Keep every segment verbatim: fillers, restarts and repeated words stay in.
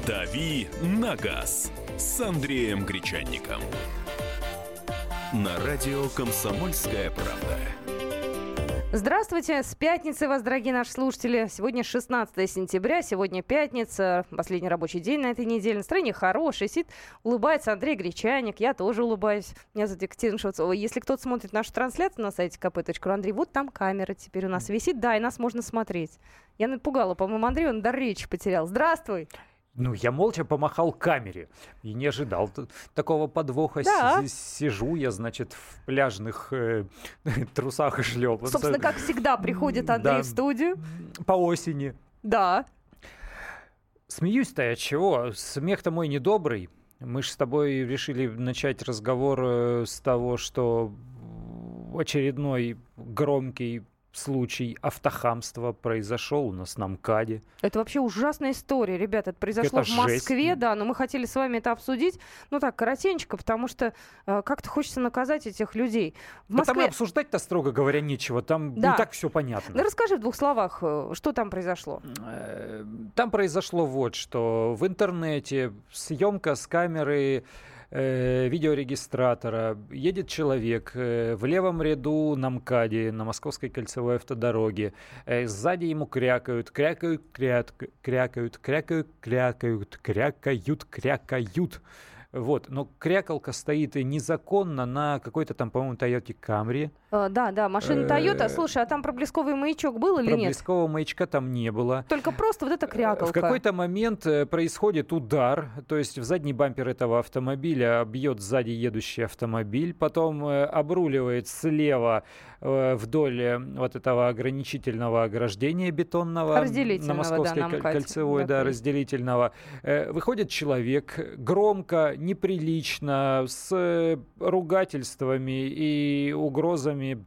«Дави на газ» с Андреем Гречанником. На радио «Комсомольская правда». Здравствуйте, с пятницы вас, дорогие наши слушатели. Сегодня шестнадцатое сентября, сегодня пятница, последний рабочий день на этой неделе. Настроение хорошее, сидит, улыбается Андрей Гречаник, я тоже улыбаюсь. Меня зовут Екатерина Шевцова. Если кто-то смотрит нашу трансляцию на сайте ка пэ точка ру, Андрей, вот там камера теперь у нас висит, да, и нас можно смотреть. Я напугала, по-моему, Андрей, он дар речи потерял. Здравствуй! Ну, я молча помахал камере и не ожидал т- такого подвоха. Да. С- Сижу я, значит, в пляжных э, трусах и шлепанцах. Собственно, как всегда, приходит Андрей Да. в студию. По осени. Да. Смеюсь-то я чего? Смех-то мой недобрый. Мы же с тобой решили начать разговор э, с того, что очередной громкий случай автохамства произошел у нас на МКАДе. Это вообще ужасная история, ребята. Это произошло Это в Москве, жесть. да, но мы хотели с вами это обсудить. Ну так, коротенько, потому что э, как-то хочется наказать этих людей. В Да там и Москве... обсуждать-то, строго говоря, нечего. Там Да. и так все понятно. Да расскажи в двух словах, э, что там произошло. Э, Там произошло вот что. В интернете съемка с камеры э, видеорегистратора. Едет человек э, в левом ряду на МКАДе, на Московской кольцевой автодороге. Э, сзади ему крякают, крякают, крякают, крякают, крякают, крякают, крякают, крякают. Вот, но крякалка стоит незаконно на какой-то там, по-моему, Toyota Camry. Э, да, да, машина Toyota. Э, Слушай, а там проблесковый маячок был или нет? Проблескового маячка там не было. Только просто вот эта крякалка. В какой-то момент э, происходит удар, то есть в задний бампер этого автомобиля бьет сзади едущий автомобиль, потом э, обруливает слева э, вдоль э, вот этого ограничительного ограждения бетонного Разделительного, на Московской да, на коль- МКАДе. кольцевой, Да, да, конечно. разделительного. Э, выходит человек громко, неприлично, с э, ругательствами и угрозами,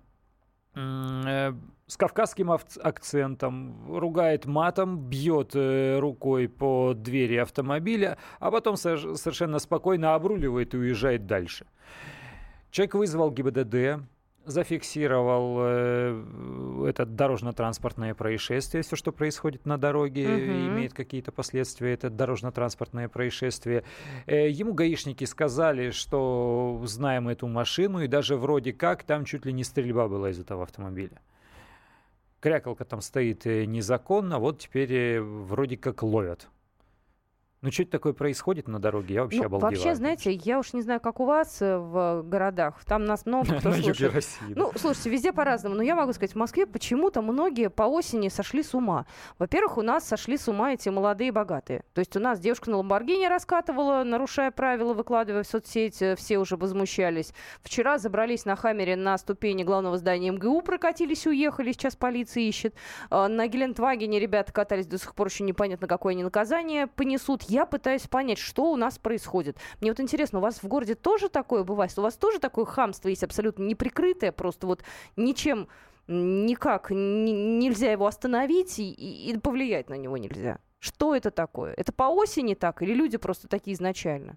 м, э, с кавказским ав- акцентом, ругает матом, бьет э, рукой по двери автомобиля, а потом сож- совершенно спокойно обруливает и уезжает дальше. Человек вызвал гэ и бэ дэ дэ, зафиксировал э, это дорожно-транспортное происшествие, все, что происходит на дороге, Мгм. имеет какие-то последствия, это дорожно-транспортное происшествие. Э, ему гаишники сказали, что знаем эту машину, и даже вроде как там чуть ли не стрельба была из этого автомобиля. Крякалка там стоит э, незаконно, вот теперь э, вроде как ловят. Ну, что это такое происходит на дороге? Я вообще Ну, обалдеваю. вообще, знаете, я уж не знаю, как у вас э, в городах. Там нас много кто На юге слушает. России. Ну, слушайте, везде по-разному. Но я могу сказать, в Москве почему-то многие по осени сошли с ума. Во-первых, у нас сошли с ума эти молодые и богатые. То есть у нас девушка на Ламборгини раскатывала, нарушая правила, выкладывая в соцсети, все уже возмущались. Вчера забрались на Хаммере на ступени главного здания эм гэ у, прокатились, уехали, сейчас полиция ищет. А на Гелендвагене ребята катались, до сих пор еще непонятно, какое они наказание понесут. Я пытаюсь понять, что у нас происходит. Мне вот интересно, у вас в городе тоже такое бывает? У вас тоже такое хамство есть абсолютно неприкрытое, просто вот ничем, никак н- нельзя его остановить и, и- и повлиять на него нельзя? Что это такое? Это по осени так или люди просто такие изначально?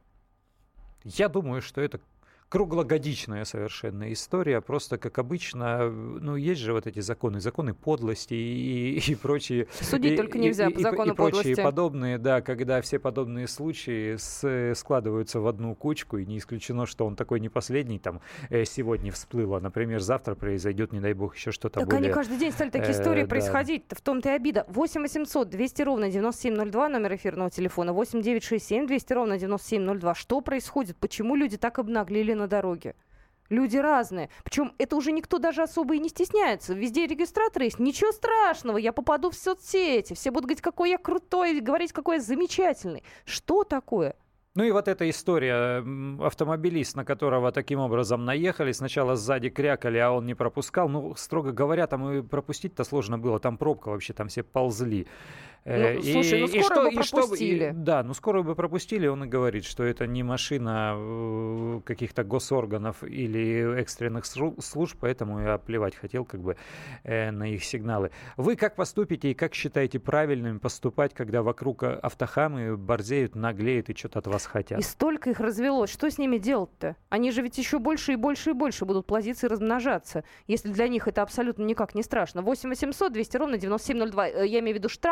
Я думаю, что это круглогодичная совершенно история. Просто, как обычно, ну, есть же вот эти законы, законы подлости и, и прочие... Судить и- только и- нельзя и- по и- закону и прочие подлости. подобные, да, когда все подобные случаи с- складываются в одну кучку, и не исключено, что он такой не последний, там, э, сегодня всплыл, а, например, завтра произойдет, не дай бог, еще что-то Так более... они каждый день стали такие э, истории да. происходить. В том-то и обида. восемь восемьсот двести ровно девяносто семь ноль два, номер эфирного телефона. восемь девятьсот шестьдесят семь двести ровно девяносто семь ноль два. Что происходит? Почему люди так обнаглели на дороге? Люди разные. Причем это уже никто даже особо и не стесняется. Везде регистраторы есть. Ничего страшного, я попаду в соцсети. Все будут говорить, какой я крутой, говорить, какой я замечательный. Что такое? Ну и вот эта история, м, автомобилист, на которого таким образом наехали, сначала сзади крякали, а он не пропускал. Ну, строго говоря, там и пропустить-то сложно было, там пробка вообще, там все ползли. Э, Ну, слушай, ну, скорую бы и что- и- пропустили. да, ну скорую бы пропустили, он и говорит, что это не машина э, каких-то госорганов или экстренных сру- служб, поэтому я плевать хотел как бы э, на их сигналы. Вы как поступите и как считаете правильным поступать, когда вокруг автохамы борзеют, наглеют и что-то от вас хотят? И столько их развелось. Что с ними делать-то? Они же ведь еще больше и больше и больше будут плодиться и размножаться, если для них это абсолютно никак не страшно. восемь восемьсот двести ровно девяносто семь ноль два. Э, Я имею в виду штрафы, наказания,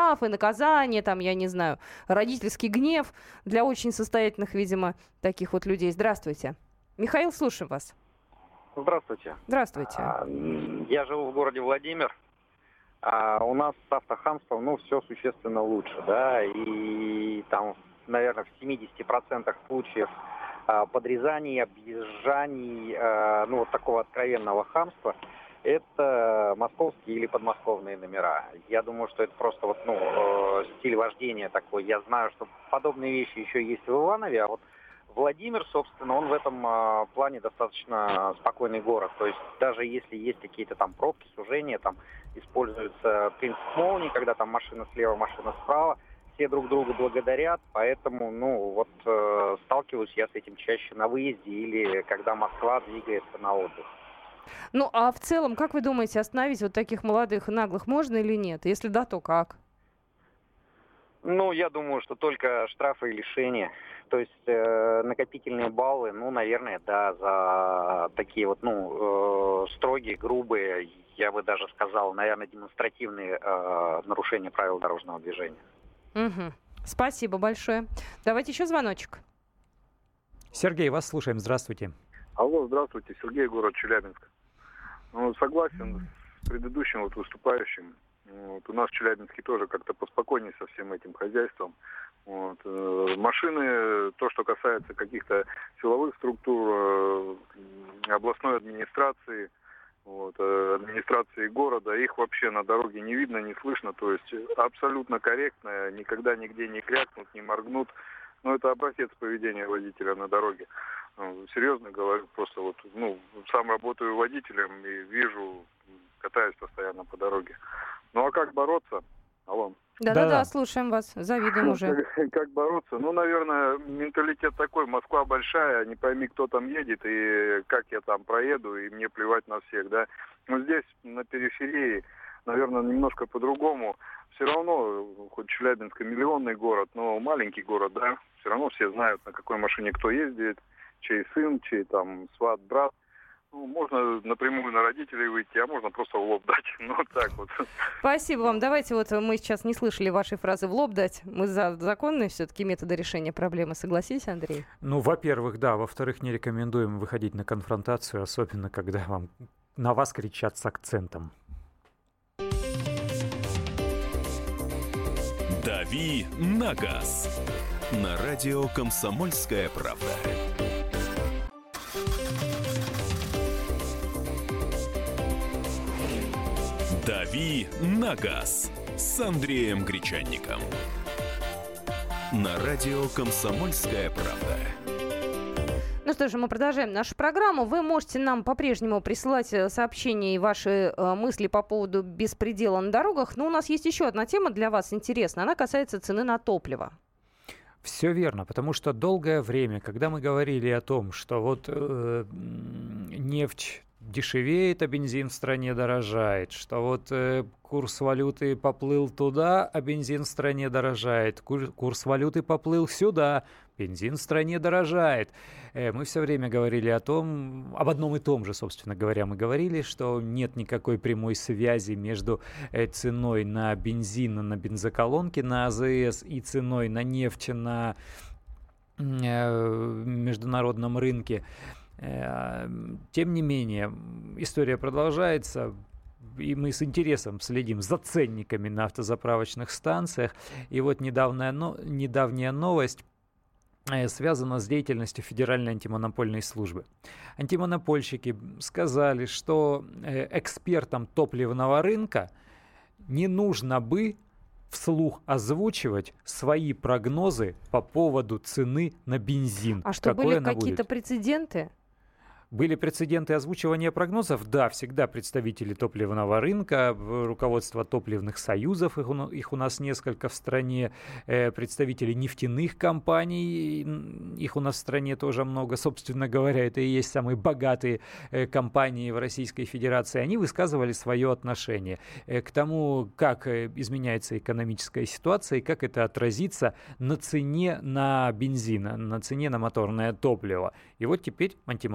наказание, там, я не знаю, родительский гнев для очень состоятельных, видимо, таких вот людей. Здравствуйте. Михаил, слушаем вас. Здравствуйте. Здравствуйте. А, я живу в городе Владимир. А у нас с автохамством, ну, все существенно лучше, да, и там, наверное, в семидесяти процентах случаев а, подрезаний, объезжаний, а, ну, вот такого откровенного хамства, это московские или подмосковные номера. Я думаю, что это просто вот, ну, э, стиль вождения такой. Я знаю, что подобные вещи еще есть в Иванове, а вот Владимир, собственно, он в этом э, плане достаточно спокойный город. То есть даже если есть какие-то там пробки, сужения, там используется принцип молнии, когда там машина слева, машина справа, все друг друга благодарят, поэтому, ну, вот э, сталкиваюсь я с этим чаще на выезде или когда Москва двигается на отдых. Ну, а в целом, как вы думаете, остановить вот таких молодых и наглых можно или нет? Если да, то как? Ну, я думаю, что только штрафы и лишения. То есть э, накопительные баллы, ну, наверное, да, за такие вот, ну, э, строгие, грубые, я бы даже сказал, наверное, демонстративные э, нарушения правил дорожного движения. Угу. Спасибо большое. Давайте еще звоночек. Сергей, вас слушаем. Здравствуйте. Алло, здравствуйте. Сергей, город Челябинск. Ну, согласен с предыдущим вот выступающим. Вот, у нас в Челябинске тоже как-то поспокойнее со всем этим хозяйством. Вот, э, машины, то, что касается каких-то силовых структур, э, областной администрации, вот, э, администрации города, их вообще на дороге не видно, не слышно. То есть абсолютно корректно, никогда нигде не крякнут, не моргнут. Но это образец поведения водителя на дороге. Серьезно говорю, просто вот, ну, сам работаю водителем и вижу, катаюсь постоянно по дороге. Ну а как бороться? Алло. Да-да-да, слушаем вас, завидуем уже. Как, как бороться? Ну, наверное, менталитет такой, Москва большая, не пойми, кто там едет и как я там проеду, и мне плевать на всех, да. Но здесь, на периферии, наверное, немножко по-другому. Все равно, хоть Челябинск и миллионный город, но маленький город, да, все равно все знают, на какой машине кто ездит, чей сын, чей там сват, брат. Ну, можно напрямую на родителей выйти, а можно просто в лоб дать. Ну, вот так вот. Спасибо вам. Давайте вот мы сейчас не слышали вашей фразы «в лоб дать». Мы за законные все-таки методы решения проблемы. Согласись, Андрей? Ну, во-первых, да. Во-вторых, не рекомендуем выходить на конфронтацию, особенно когда вам, на вас кричат с акцентом. «Дави на газ» на радио «Комсомольская правда». «Дави на газ» с Андреем Гречанником. На радио «Комсомольская правда». Ну что же, мы продолжаем нашу программу. Вы можете нам по-прежнему присылать сообщения и ваши э, мысли по поводу беспредела на дорогах. Но у нас есть еще одна тема для вас интересная. Она касается цены на топливо. Все верно, потому что долгое время, когда мы говорили о том, что вот э, нефть дешевеет, а бензин в стране дорожает, что вот э, курс валюты поплыл туда, а бензин в стране дорожает, кур, курс валюты поплыл сюда, бензин в стране дорожает. Э, мы все время говорили о том, об одном и том же, собственно говоря, мы говорили, что нет никакой прямой связи между э, ценой на бензин на бензоколонке, на АЗС и ценой на нефть на э, международном рынке. Тем не менее, история продолжается, и мы с интересом следим за ценниками на автозаправочных станциях. И вот недавняя, но, недавняя новость связана с деятельностью Федеральной антимонопольной службы. Антимонопольщики сказали, что экспертам топливного рынка не нужно бы вслух озвучивать свои прогнозы по поводу цены на бензин. А что, Какой были какие-то прецеденты? Были прецеденты озвучивания прогнозов? Да, всегда представители топливного рынка, руководство топливных союзов, их у, их у нас несколько в стране, э, представители нефтяных компаний, их у нас в стране тоже много, собственно говоря, это и есть самые богатые э, компании в Российской Федерации. Они высказывали свое отношение э, к тому, как э, изменяется экономическая ситуация и как это отразится на цене на бензин, на цене на моторное топливо. И вот теперь антимонопольщики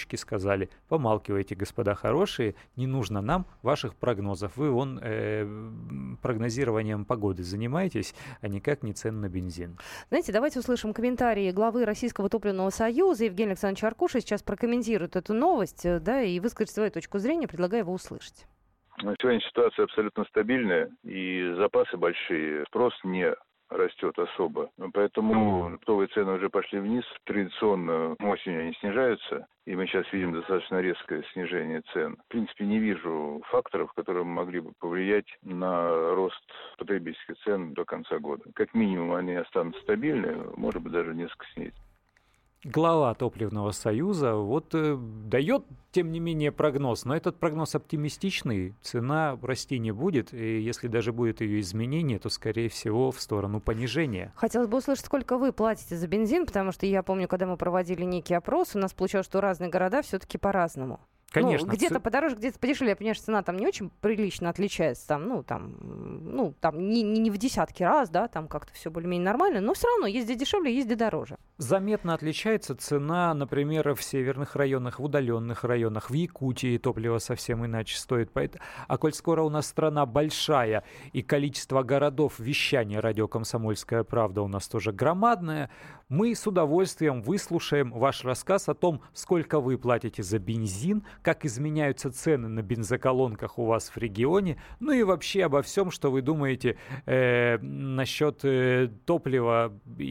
синоптики сказали: помалкивайте, господа хорошие, не нужно нам ваших прогнозов. Вы вон э, прогнозированием погоды занимаетесь, а никак не цен на бензин. Знаете, давайте услышим комментарии главы Российского топливного союза Евгения Александровича Аркуша. Сейчас прокомментирует эту новость, да, и выскажет свою точку зрения. Предлагаю его услышать. Сегодня ситуация абсолютно стабильная, и запасы большие, спрос не растет особо. Поэтому оптовые цены уже пошли вниз. Традиционно осенью они снижаются, и мы сейчас видим достаточно резкое снижение цен. В принципе, не вижу факторов, которые могли бы повлиять на рост потребительских цен до конца года. Как минимум, они останутся стабильны, может быть, даже несколько снизятся. Глава Топливного союза вот э, дает, тем не менее, прогноз, но этот прогноз оптимистичный, цена расти не будет, и если даже будет ее изменение, то, скорее всего, в сторону понижения. Хотелось бы услышать, сколько вы платите за бензин, потому что я помню, когда мы проводили некий опрос, у нас получалось, что разные города все-таки по-разному. Конечно. Ну, где-то ц... подороже, где-то подешевле. Я понимаю, что цена там не очень прилично отличается. Там, ну, там, ну, там не, не, не в десятки раз, да, там как-то все более-менее нормально. Но все равно есть где дешевле, есть где дороже. Заметно отличается цена, например, в северных районах, в удаленных районах. В Якутии топливо совсем иначе стоит. А коль скоро у нас страна большая и количество городов вещания радио «Комсомольская правда» у нас тоже громадное, мы с удовольствием выслушаем ваш рассказ о том, сколько вы платите за бензин, как изменяются цены на бензоколонках у вас в регионе, ну и вообще обо всем, что вы думаете э, насчет э, топлива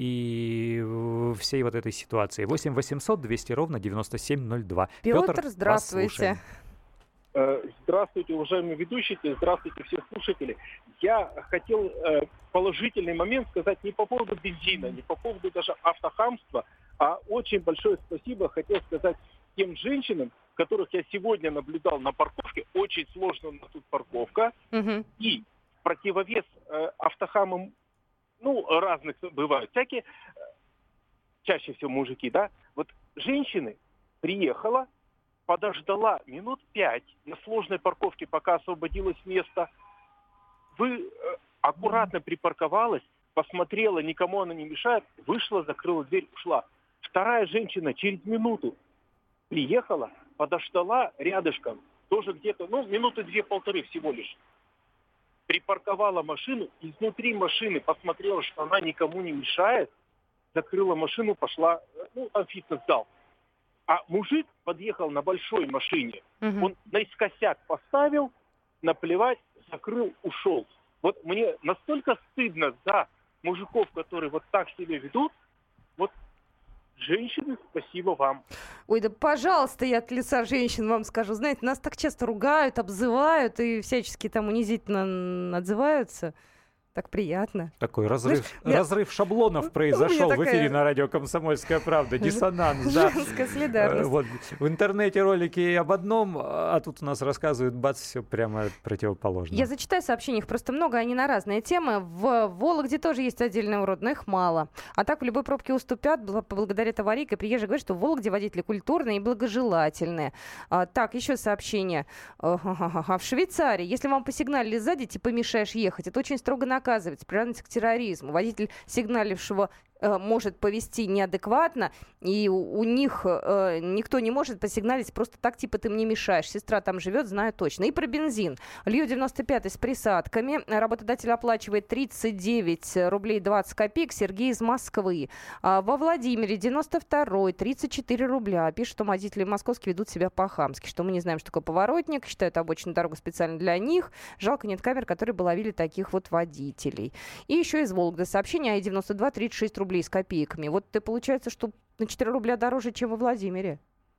и всей вот этой ситуации. восемь восемьсот двести ровно девяносто семь ноль два. Петр, Петр, здравствуйте. Здравствуйте, уважаемые ведущие, здравствуйте все слушатели. Я хотел э, положительный момент сказать не по поводу бензина, не по поводу даже автохамства, а очень большое спасибо хотел сказать тем женщинам, которых я сегодня наблюдал на парковке. Очень сложно у нас тут парковка. Угу. И в противовес э, автохамам, ну, разных бывают всякие, э, чаще всего мужики, да, вот женщины приехала, подождала минут пять на сложной парковке, пока освободилось место. Вы э, аккуратно припарковалась, посмотрела, никому она не мешает, вышла, закрыла дверь, ушла. Вторая женщина через минуту приехала, подождала рядышком, тоже где-то, ну, минуты две-полторы всего лишь. Припарковала машину, изнутри машины посмотрела, что она никому не мешает, закрыла машину, пошла, ну, в фитнес-зал. А мужик подъехал на большой машине. Uh-huh. Он наискосяк поставил, наплевать, закрыл, ушел. Вот мне настолько стыдно за мужиков, которые вот так себя ведут. Вот, женщины, спасибо вам. Ой, да пожалуйста, я от лица женщин вам скажу. Знаете, нас так часто ругают, обзывают и всячески там унизительно отзываются. Так приятно. Такой разрыв, Знаешь, разрыв шаблонов произошел в эфире на радио «Комсомольская правда». Диссонанс, да. Женская солидарность. Вот, в интернете ролики об одном, а тут у нас рассказывают, бац, все прямо противоположно. Я зачитаю сообщения, их просто много, они на разные темы. В Вологде тоже есть отдельный урод, но их мало. А так в любой пробке уступят, благодаря аварийке. Приезжие говорят, что в Вологде водители культурные и благожелательные. А, так, еще сообщение. В Швейцарии, если вам посигналили сзади, типа мешаешь ехать, это очень строго наказывается. Оказывается, приравнивается к терроризму. Водитель сигналившего э, может повести неадекватно, и у, у них э, никто не может посигналить просто так, типа ты мне мешаешь. Сестра там живет, знаю точно. И про бензин. Лью девяносто пятый с присадками. Работодатель оплачивает тридцать девять рублей двадцать копеек. Сергей из Москвы. А во Владимире девяносто второй тридцать четыре рубля. Пишет, что водители московские ведут себя по-хамски, что мы не знаем, что такое поворотник, считают обочину дорогу специально для них. Жалко, нет камер, которые бы ловили таких вот водителей. И еще из Вологды сообщение ай девяносто два тридцать шесть рублей с копейками. Вот ты получается, что на четыре рубля дороже, чем во Владимире.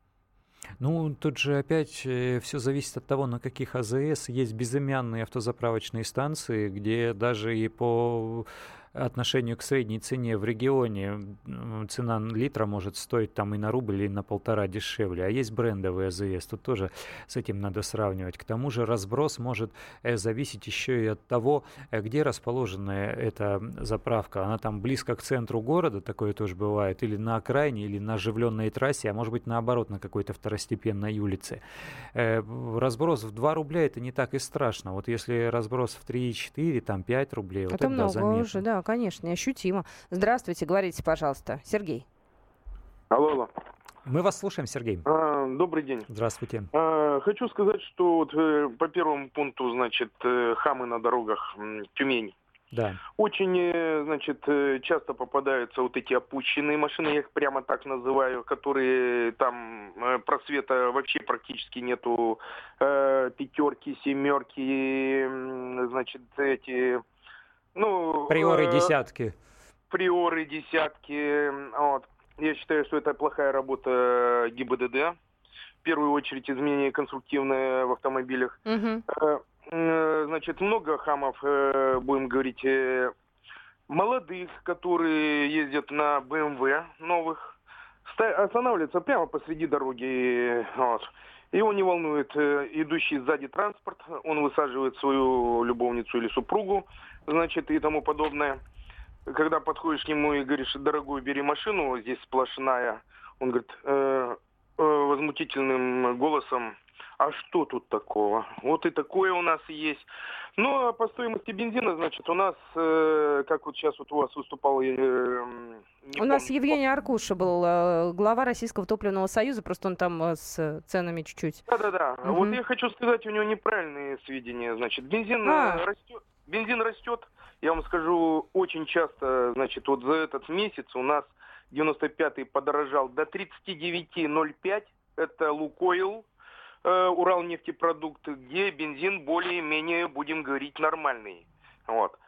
Ну, тут же опять э, все зависит от того, на каких АЗС. Есть безымянные автозаправочные станции, где даже и по отношению к средней цене в регионе цена литра может стоить там и на рубль, и на полтора дешевле. А есть брендовые АЗС, тут тоже с этим надо сравнивать. К тому же разброс может э, зависеть еще и от того, э, где расположена эта заправка. Она там близко к центру города, такое тоже бывает, или на окраине, или на оживленной трассе, а может быть наоборот, на какой-то второстепенной улице. Э, разброс в два рубля это не так и страшно. Вот если разброс в три-четыре, там пять рублей, это вот это много заметно. уже, да. Конечно, ощутимо. Здравствуйте, говорите, пожалуйста. Сергей. Алло, алло. Мы вас слушаем, Сергей. А, добрый день. Здравствуйте. А, хочу сказать, что вот, э, по первому пункту, значит, э, хамы на дорогах, м, Тюмень. Да. Очень, э, значит, э, часто попадаются вот эти опущенные машины, я их прямо так называю, которые там э, просвета вообще практически нету, э, пятерки, семерки, м, значит, эти, ну... Приоры э, десятки. Приоры десятки, вот. Я считаю, что это плохая работа ГИБДД. В первую очередь изменения конструктивные в автомобилях. Угу. Значит, много хамов, будем говорить, молодых, которые ездят на бэ эм вэ новых, останавливаются прямо посреди дороги. Вот. Его не волнует идущий сзади транспорт. Он высаживает свою любовницу или супругу, значит, и тому подобное. Когда подходишь к нему и говоришь: дорогой, бери машину, здесь сплошная, он говорит э, э, возмутительным голосом: а что тут такого? Вот и такое у нас есть. Ну, а по стоимости бензина, значит, у нас, э, как вот сейчас вот у вас выступал... Э, у помню, нас Евгений Аркуша был, э, глава Российского топливного союза, просто он там э, с ценами чуть-чуть. Да-да-да. Угу. Вот я хочу сказать, у него неправильные сведения. Значит, бензин а. растет, бензин растет. Я вам скажу, очень часто, значит, вот за этот месяц у нас девяносто пятый подорожал до тридцать девять ноль пять. Это Лукойл, э, Уралнефтепродукты, где бензин более-менее, будем говорить, нормальный. Вот.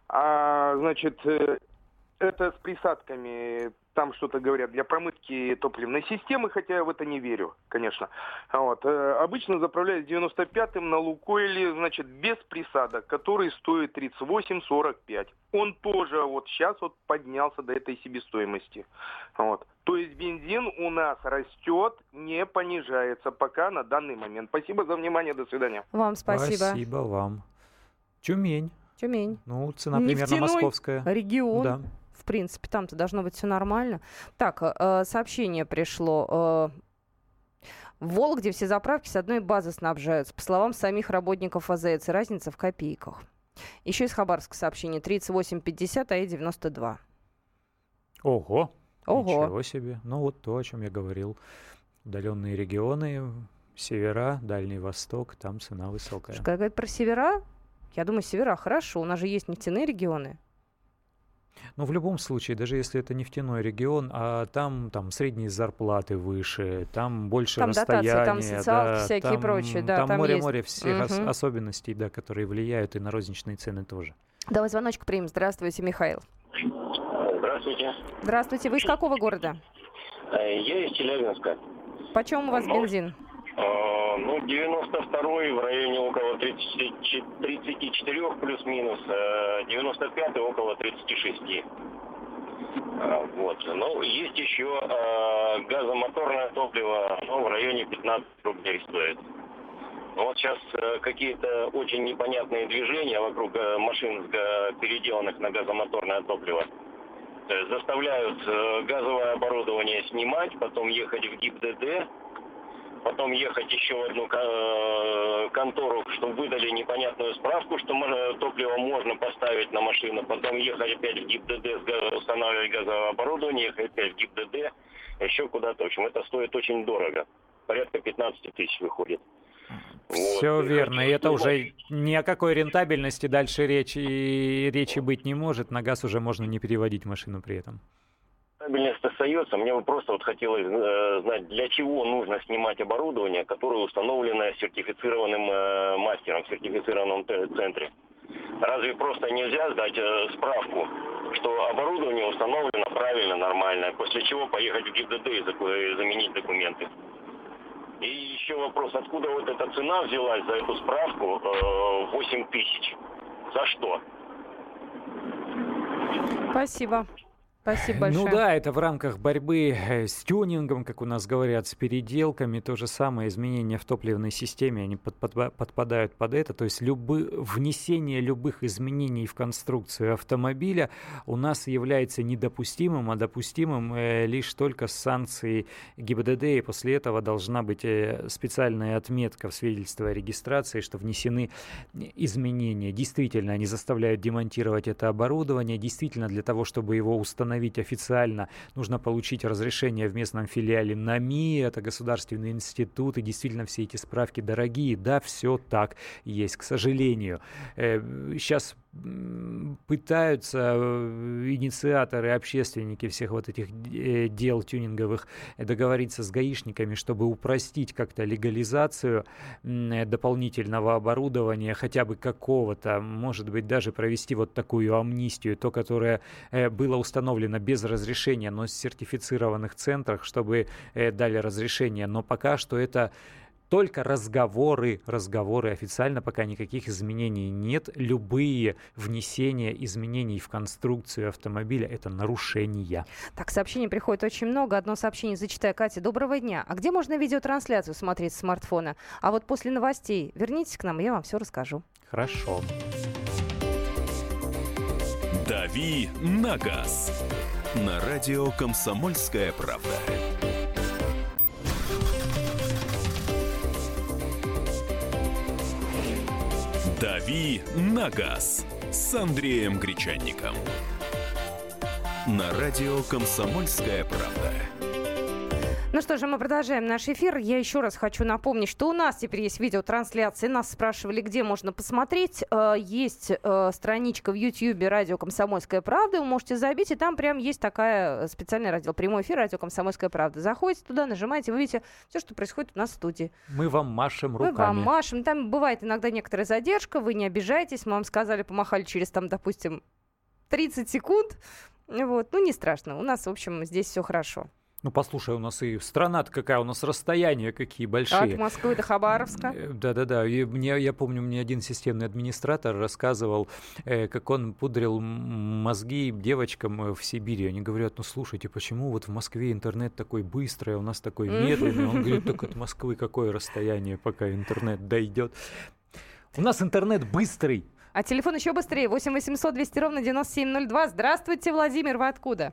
А, значит, э, это с присадками, там что-то говорят, для промывки топливной системы, хотя я в это не верю, конечно. Вот. Обычно заправляюсь девяносто пятым на Лукойле, значит, без присадок, который стоит тридцать восемь сорок пять. Он тоже вот сейчас вот поднялся до этой себестоимости. Вот. То есть бензин у нас растет, не понижается пока на данный момент. Спасибо за внимание, до свидания. Вам спасибо. Спасибо вам. Тюмень. Тюмень. Ну, цена примерно нефтяной московская. Регион. Да. В принципе, там-то должно быть все нормально. Так, э, сообщение пришло. Э, в Вологде все заправки с одной базы снабжаются. По словам самих работников АЗС, разница в копейках. Еще из Хабаровска сообщение. тридцать восемь пятьдесят, АЭ девяносто два. Ого. Ого. Ничего себе. Ну, вот то, о чем я говорил. Удаленные регионы, севера, Дальний Восток, там цена высокая. Что, когда говорят про севера, я думаю, севера хорошо. У нас же есть нефтяные регионы. Но в любом случае, даже если это нефтяной регион, а там, там средние зарплаты выше, там больше там расстояния. Дотации, там социалки да, всякие там, прочие. Да, там там море-море есть. всех угу. ос- особенностей, да, которые влияют и на розничные цены тоже. Давай звоночек примем. Здравствуйте, Михаил. Здравствуйте. Здравствуйте. Вы из какого города? Я из Челябинска. Почем у вас Но, бензин? Э, ну, девяносто второй в районе около тридцать четыре плюс-минус, э, девяносто пятый около тридцать шесть. Э, вот. Ну, есть еще э, газомоторное топливо, ну, в районе пятнадцать рублей стоит. Вот сейчас э, какие-то очень непонятные движения вокруг э, машин, э, переделанных на газомоторное топливо. Э, заставляют э, газовое оборудование снимать, потом ехать в ГИБДД, потом ехать еще в одну э, контору, чтобы выдали непонятную справку, что можно, топливо можно поставить на машину, потом ехать опять в ГИБДД, устанавливать газовое оборудование, ехать опять в ГИБДД, еще куда-то. В общем, это стоит очень дорого. Порядка пятнадцать тысяч выходит. Все вот, верно, и это чтобы... уже ни о какой рентабельности дальше речи, речи быть не может. На газ уже можно не переводить машину при этом. Рентабельность остается. Мне бы просто вот хотелось э, знать, для чего нужно снимать оборудование, которое установлено сертифицированным э, мастером в сертифицированном центре. Разве просто нельзя сдать э, справку, что оборудование установлено правильно, нормально, после чего поехать в ГИБДД и, и заменить документы? И еще вопрос, откуда вот эта цена взялась за эту справку э, восемь тысяч? За что? Спасибо. Спасибо большое. Ну да, это в рамках борьбы с тюнингом, как у нас говорят, с переделками. То же самое, изменения в топливной системе, они под, под, подпадают под это. То есть любы, внесение любых изменений в конструкцию автомобиля у нас является недопустимым, а допустимым э, лишь только с санкцией ГИБДД. И после этого должна быть э, специальная отметка в свидетельстве о регистрации, что внесены изменения. Действительно, они заставляют демонтировать это оборудование. Действительно, для того, чтобы его установить, установить официально, нужно получить разрешение в местном филиале НАМИ, это государственный институт, и действительно все эти справки дорогие. Да, все так есть, к сожалению. Сейчас пытаются инициаторы, общественники всех вот этих дел тюнинговых договориться с гаишниками, чтобы упростить как-то легализацию дополнительного оборудования, хотя бы какого-то, может быть, даже провести вот такую амнистию, то, которое было установлено без разрешения, но в сертифицированных центрах, чтобы дали разрешение. Но пока что это только разговоры, разговоры, официально пока никаких изменений нет. Любые внесения изменений в конструкцию автомобиля – это нарушения. Так, сообщений приходит очень много. Одно сообщение зачитаю. Катя, доброго дня. А где можно видеотрансляцию смотреть с смартфона? А вот после новостей вернитесь к нам, и я вам все расскажу. Хорошо. «Дави на газ» на радио «Комсомольская правда». «Дави на газ» с Андреем Гречанником. На радио «Комсомольская правда». Ну что же, мы продолжаем наш эфир. Я еще раз хочу напомнить, что у нас теперь есть видеотрансляции. Нас спрашивали, где можно посмотреть. Есть страничка в Ютьюбе «Радио Комсомольская правда». Вы можете забить, и там прям есть такая специальный раздел «Прямой эфир. Радио Комсомольская правда». Заходите туда, нажимаете, вы видите все, что происходит у нас в студии. Мы вам машем руками. Мы вам машем. Там бывает иногда некоторая задержка, вы не обижайтесь. Мы вам сказали, помахали через, там, допустим, тридцать секунд. Вот. Ну, не страшно. У нас, в общем, здесь все хорошо. Ну, послушай, у нас и страна-то какая, у нас расстояния какие большие. От Москвы до Хабаровска. Да-да-да. И мне, я помню, мне один системный администратор рассказывал, э, как он пудрил мозги девочкам в Сибири. Они говорят, ну, слушайте, почему вот в Москве интернет такой быстрый, а у нас такой медленный? Он говорит, так от Москвы какое расстояние, пока интернет дойдет? У нас интернет быстрый. А телефон еще быстрее. восемь восемьсот двести ровно девяносто семь ноль два. Здравствуйте, Владимир, вы откуда?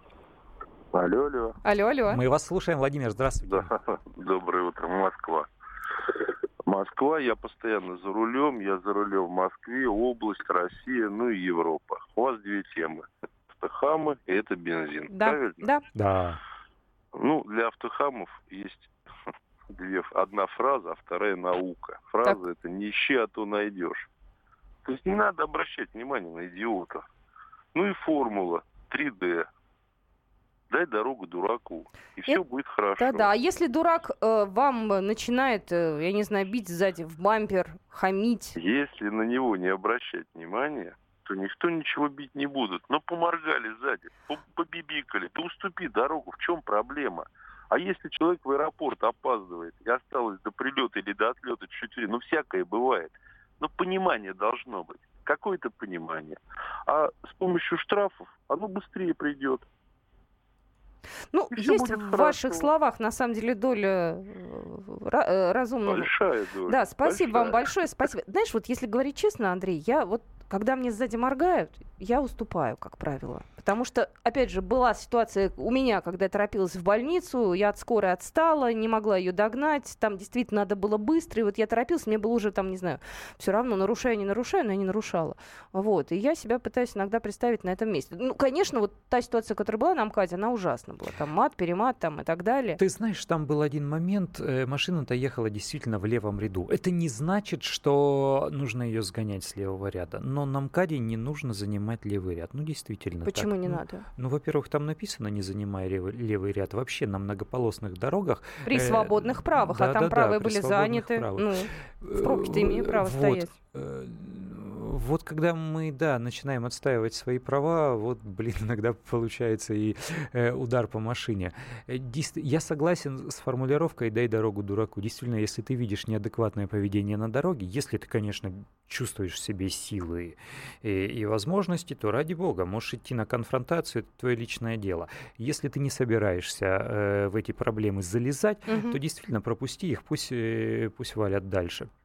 Алло, алло. Алло, алло. Мы вас слушаем, Владимир, здравствуйте. Да. Доброе утро, Москва. Москва, я постоянно за рулем, я за рулем в Москве, область, Россия, ну и Европа. У вас две темы. Автохамы и это бензин. Да, правильно? Да. Да. Ну, для автохамов есть две, одна фраза, а вторая наука. Фраза так. Это «не ищи, а то найдешь». То есть не надо обращать внимание на идиотов. Ну и формула три дэ. Дай дорогу дураку, и все Это... будет хорошо. Да-да, а если дурак э, вам начинает, э, я не знаю, бить сзади в бампер, хамить? Если на него не обращать внимания, то никто ничего бить не будет. Но поморгали сзади, побибикали, да уступи дорогу, в чем проблема? А если человек в аэропорт опаздывает и осталось до прилета или до отлета чуть-чуть, ну всякое бывает, но понимание должно быть, какое-то понимание. А с помощью штрафов оно быстрее придет. Ну, есть в хорошо. Ваших словах, на самом деле, доля э, разумного. Большая доля. Да, спасибо Большая. вам большое. Спасибо. Знаешь, вот если говорить честно, Андрей, я вот, когда мне сзади моргают, я уступаю, как правило. Потому что, опять же, была ситуация у меня, когда я торопилась в больницу, я от скорой отстала, не могла ее догнать, там действительно надо было быстро, и вот я торопилась, мне было уже там, не знаю, все равно, нарушаю, не нарушаю, но я не нарушала. Вот, и я себя пытаюсь иногда представить на этом месте. Ну, конечно, вот та ситуация, которая была на МКАДе, она ужасна была. Там мат, перемат там и так далее. Ты знаешь, там был один момент, э, машина-то ехала действительно в левом ряду. Это не значит, что нужно ее сгонять с левого ряда, но на МКАДе не нужно занимать левый ряд. Ну, действительно. Почему так. не ну, надо? Ну, во-первых, там написано «не занимай левый, левый ряд». Вообще на многополосных дорогах... При э, свободных правах, да, а там да, правые да, были заняты. Правах. Ну, в пробке-то имею право вот, стоять. Э, вот когда мы, да, начинаем отстаивать свои права, вот, блин, иногда получается и э, удар по машине. Дис- я согласен с формулировкой «дай дорогу дураку». Действительно, если ты видишь неадекватное поведение на дороге, если ты, конечно, чувствуешь в себе силы и, и возможности, то ради бога, можешь идти на конфронтацию, это твое личное дело. Если ты не собираешься э, в эти проблемы залезать, угу. то действительно пропусти их, пусть, э, пусть валят дальше.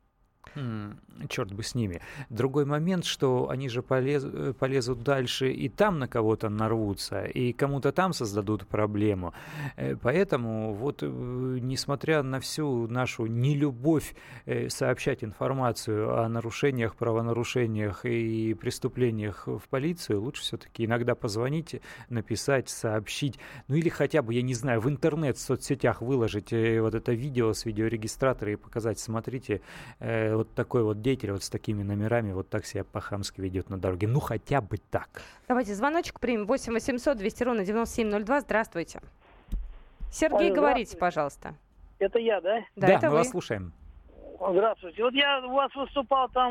Черт бы с ними. Другой момент, что они же полез, полезут дальше и там на кого-то нарвутся, и кому-то там создадут проблему. Поэтому вот, несмотря на всю нашу нелюбовь сообщать информацию о нарушениях, правонарушениях и преступлениях в полицию, лучше все-таки иногда позвонить, написать, сообщить, ну или хотя бы, я не знаю, в интернет, в соцсетях выложить вот это видео с видеорегистратора и показать, смотрите, вот такой вот деятель вот с такими номерами вот так себя по-хамски ведет на дороге. Ну, хотя бы так. Давайте звоночек примем. восемь восемьсот двести ровно девяносто семь ноль два. Здравствуйте. Сергей, Ой, говорите, пожалуйста. Это я, да? Да, да это мы вы. вас слушаем. Здравствуйте. Вот я у вас выступал там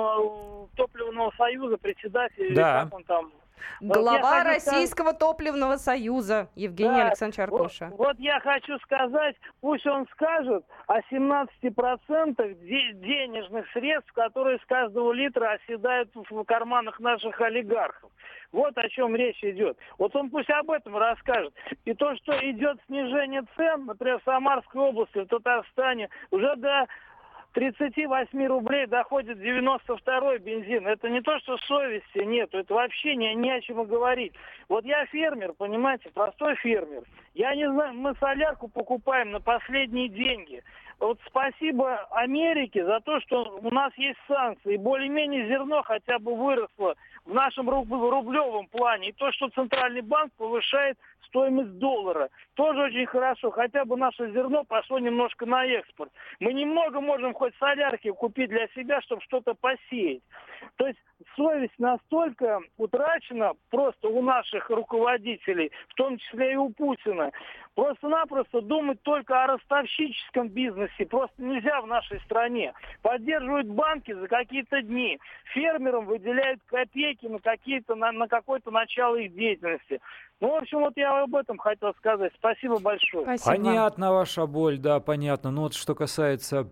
у Топливного союза, председатель, да. как он там... Глава вот Российского сказать... топливного союза Евгений да, Александрович Аркуша. Вот, вот я хочу сказать, пусть он скажет о семнадцати процентах денежных средств, которые с каждого литра оседают в карманах наших олигархов. Вот о чем речь идет. Вот он пусть об этом расскажет. И то, что идет снижение цен, например, в Самарской области, в Татарстане, уже до тридцать восемь рублей доходит девяносто второй бензин. Это не то, что совести нет, это вообще не, не о чем и говорить. Вот я фермер, понимаете, простой фермер. Я не знаю, мы солярку покупаем на последние деньги. Вот спасибо Америке за то, что у нас есть санкции. Более-менее зерно хотя бы выросло в нашем рублевом плане. И то, что Центральный банк повышает стоимость доллара, тоже очень хорошо. Хотя бы наше зерно пошло немножко на экспорт. Мы немного можем хоть солярки купить для себя, чтобы что-то посеять. То есть совесть настолько утрачена просто у наших руководителей, в том числе и у Путина. Просто-напросто думать только о ростовщическом бизнесе просто нельзя в нашей стране. Поддерживают банки за какие-то дни. Фермерам выделяют копейки на, какие-то, на, на какое-то начало их деятельности. Ну, в общем, вот я об этом хотел сказать. Спасибо большое. Спасибо. Понятна ваша боль, да, понятно. Но вот что касается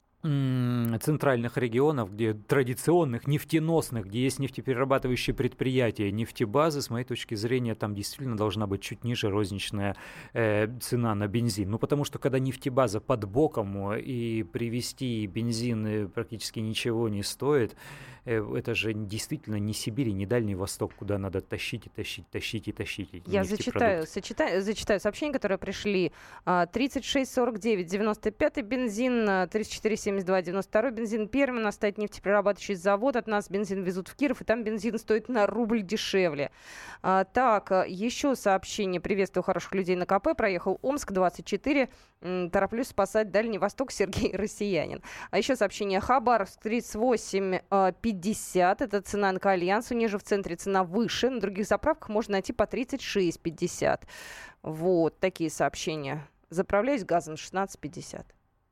центральных регионов, где традиционных, нефтеносных, где есть нефтеперерабатывающие предприятия, нефтебазы, с моей точки зрения, там действительно должна быть чуть ниже розничная э, цена на бензин. Ну, потому что когда нефтебаза под боком и привезти бензин практически ничего не стоит, э, это же действительно не Сибирь, не Дальний Восток, куда надо тащить и тащить, тащить и тащить эти Я зачитаю, зачитаю, зачитаю сообщения, которые пришли. тридцать шесть сорок девять девяносто пятый бензин, тридцать четыре семьдесят два девяносто второй бензин, Пермь, у нас стоит нефтеперерабатывающий завод, от нас бензин везут в Киров, и там бензин стоит на рубль дешевле. А, так, еще сообщение. Приветствую хороших людей на КП. Проехал Омск, двадцать четыре. М, тороплюсь спасать Дальний Восток, Сергей Россиянин. А еще сообщение. Хабаровск, тридцать восемь пятьдесят. Это цена на Альянсу. Ниже в центре цена выше. На других заправках можно найти по тридцать шесть пятьдесят. Вот такие сообщения. Заправляюсь газом шестнадцать пятьдесят.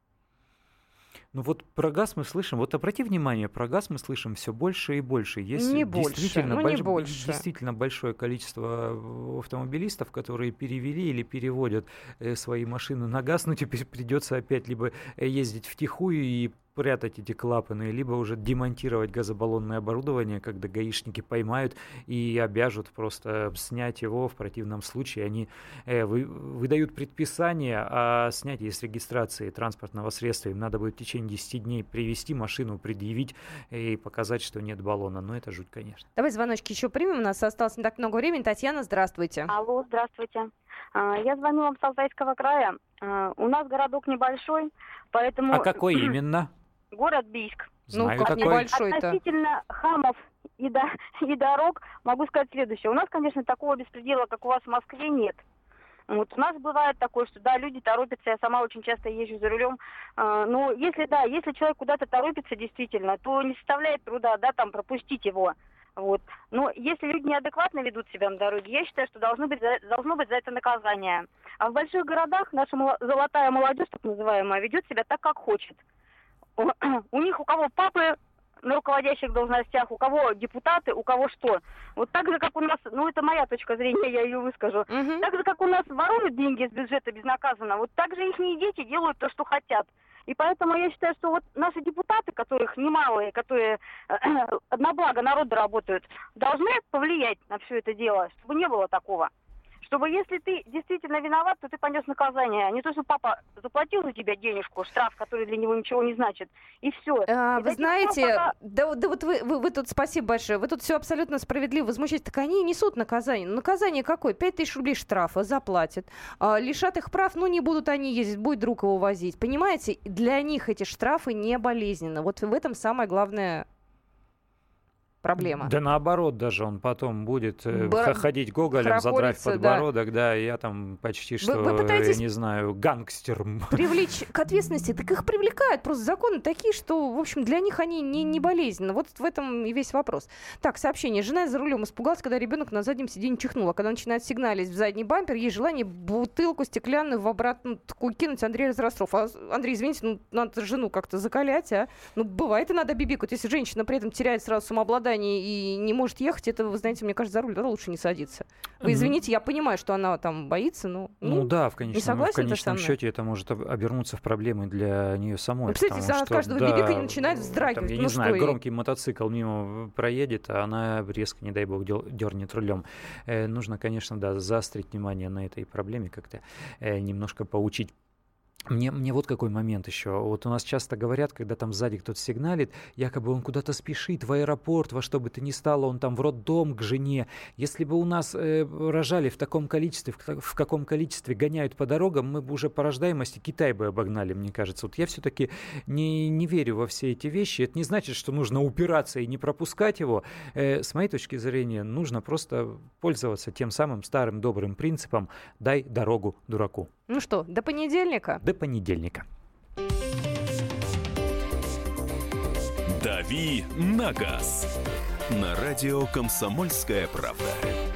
Ну вот про газ мы слышим, вот обрати внимание, про газ мы слышим все больше и больше. Есть не действительно, больше, ну, больш... не больше. действительно большое количество автомобилистов, которые перевели или переводят э, свои машины на газ, но теперь придется опять либо ездить втихую и прятать эти клапаны, либо уже демонтировать газобаллонное оборудование, когда гаишники поймают и обяжут просто снять его. В противном случае они э, вы, выдают предписание о снятии с регистрации транспортного средства. Им надо будет в течение десяти дней привезти машину, предъявить и показать, что нет баллона. Но это жуть, конечно. Давай звоночки еще примем. У нас осталось не так много времени. Татьяна, здравствуйте. Алло, здравствуйте. Я звоню вам с Алтайского края. У нас городок небольшой, поэтому... А какой именно? Город Бийск. Знаю ну, как такой. небольшой-то. Относительно хамов и, до, и дорог могу сказать следующее. У нас, конечно, такого беспредела, как у вас в Москве, нет. Вот у нас бывает такое, что да, люди торопятся, я сама очень часто езжу за рулем. А, но если да, если человек куда-то торопится действительно, то не составляет труда, да, там пропустить его. Вот. Но если люди неадекватно ведут себя на дороге, я считаю, что должны быть за, должно быть за это наказание. А в больших городах наша мол- золотая молодежь, так называемая, ведет себя так, как хочет. У них у кого папы на руководящих должностях, у кого депутаты, у кого что. Вот так же, как у нас, ну это моя точка зрения, я ее выскажу. Uh-huh. Так же, как у нас воруют деньги из бюджета безнаказанно, вот так же их дети делают то, что хотят. И поэтому я считаю, что вот наши депутаты, которых немалые, которые на благо народа работают, должны повлиять на все это дело, чтобы не было такого. чтобы если ты действительно виноват, то ты понес наказание. А не то, что папа заплатил за тебя денежку, штраф, который для него ничего не значит, и все. А, и вы знаете, пока... да, да вот вы, вы, вы тут, спасибо большое, вы тут все абсолютно справедливо возмущаетесь. Так они несут наказание. Наказание какое? пять тысяч рублей штрафа заплатят. А, лишат их прав, ну не будут они ездить, будет друг его возить. Понимаете, для них эти штрафы не болезненны. Вот в этом самое главное... проблема. Да наоборот, даже он потом будет Бар... ходить гоголем, задрав подбородок, да. да, я там почти что, вы, вы пытаетесь... я не знаю, гангстер. Привлечь к ответственности, так их привлекают, просто законы такие, что, в общем, для них они не, не болезненны. Вот в этом и весь вопрос. Так, сообщение. Жена за рулем испугалась, когда ребенок на заднем сиденье чихнул, а когда начинает сигналить в задний бампер, есть желание бутылку стеклянную в обратную таку кинуть. Андрей из Ростов. А, Андрей, извините, ну надо жену как-то закалять, а? Ну, бывает и надо бибикать. Если женщина при этом теряет сразу самообладание и не может ехать, это, вы знаете, мне кажется, за руль да, лучше не садиться. Вы извините, я понимаю, что она там боится, но... Ну, ну да, в конечном, в конечном это счете это может обернуться в проблемы для нее самой. Представляете, если она что, от каждого да, бибика начинает вздрагивать. Там, я ну не что знаю, и... громкий мотоцикл мимо проедет, а она резко, не дай бог, дернет рулем. Э, нужно, конечно, да, заострить внимание на этой проблеме, как-то э, немножко поучить. Мне, мне вот какой момент еще. Вот у нас часто говорят, когда там сзади кто-то сигналит, якобы он куда-то спешит, в аэропорт, во что бы то ни стало, он там в роддом к жене. Если бы у нас э, рожали в таком количестве, в, в каком количестве гоняют по дорогам, мы бы уже по рождаемости Китай бы обогнали, мне кажется. Вот я все-таки не, не верю во все эти вещи. Это не значит, что нужно упираться и не пропускать его. Э, с моей точки зрения, нужно просто пользоваться тем самым старым добрым принципом «дай дорогу дураку». Ну что, до понедельника? До понедельника. «Дави на газ» на радио «Комсомольская правда».